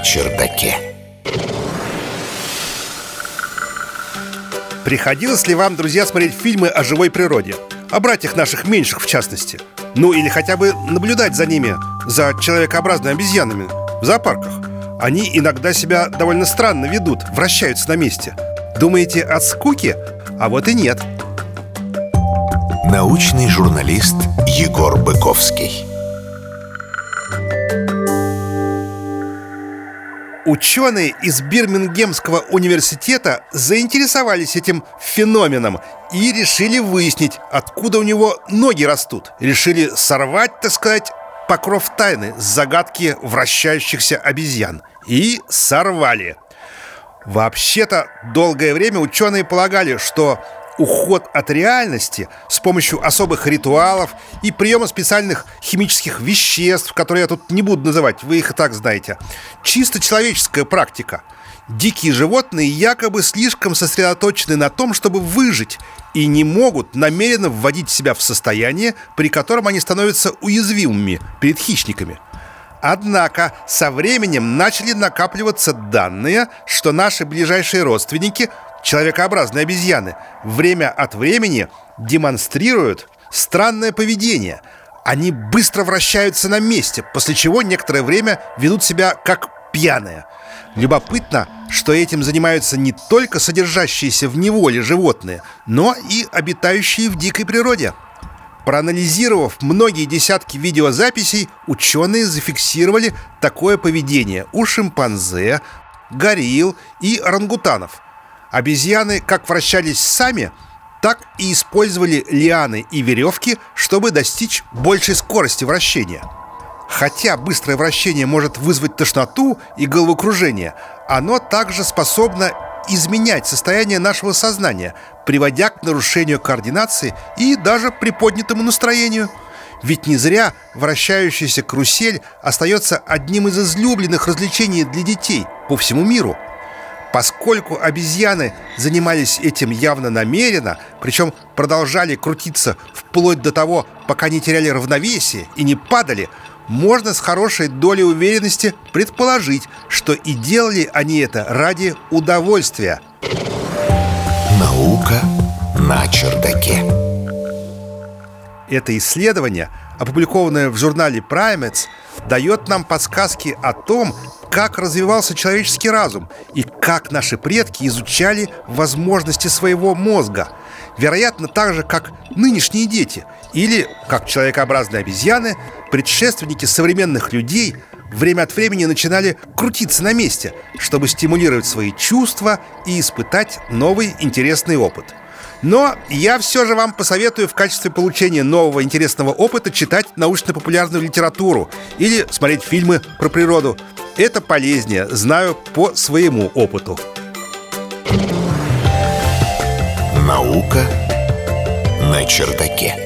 чердаке. Приходилось ли вам, друзья, смотреть фильмы о живой природе? О братьях наших меньших, в частности. Ну или хотя бы наблюдать за ними, за человекообразными обезьянами в зоопарках. Они иногда себя довольно странно ведут, вращаются на месте. Думаете, от скуки? А вот и нет. Научный журналист Егор Быковский. Ученые из Бирмингемского университета заинтересовались этим феноменом и решили выяснить, откуда у него ноги растут. Решили сорвать, так сказать, покров тайны с загадки вращающихся обезьян. И сорвали. Вообще-то, долгое время ученые полагали, что уход от реальности с помощью особых ритуалов и приема специальных химических веществ, которые я тут не буду называть, вы их и так знаете, чисто человеческая практика. Дикие животные якобы слишком сосредоточены на том, чтобы выжить, и не могут намеренно вводить себя в состояние, при котором они становятся уязвимыми перед хищниками. Однако со временем начали накапливаться данные, что наши ближайшие родственники, человекообразные обезьяны, время от времени демонстрируют странное поведение. Они быстро вращаются на месте, после чего некоторое время ведут себя как пьяные. Любопытно, что этим занимаются не только содержащиеся в неволе животные, но и обитающие в дикой природе. Проанализировав многие десятки видеозаписей, ученые зафиксировали такое поведение у шимпанзе, горилл и орангутанов. Обезьяны как вращались сами, так и использовали лианы и веревки, чтобы достичь большей скорости вращения. Хотя быстрое вращение может вызвать тошноту и головокружение, оно также способно изменять состояние нашего сознания, приводя к нарушению координации и даже приподнятому настроению. Ведь не зря вращающаяся карусель остается одним из излюбленных развлечений для детей по всему миру. Поскольку обезьяны занимались этим явно намеренно, причем продолжали крутиться вплоть до того, пока не теряли равновесие и не падали, можно с хорошей долей уверенности предположить, что и делали они это ради удовольствия. Наука на чердаке. Это исследование, опубликованное в журнале Primates, дает нам подсказки о том, как развивался человеческий разум и как наши предки изучали возможности своего мозга. Вероятно, так же, как нынешние дети или, как человекообразные обезьяны, предшественники современных людей время от времени начинали крутиться на месте, чтобы стимулировать свои чувства и испытать новый интересный опыт. Но я все же вам посоветую в качестве получения нового интересного опыта читать научно-популярную литературу или смотреть фильмы про природу. Это полезнее, знаю по своему опыту. Наука на чердаке.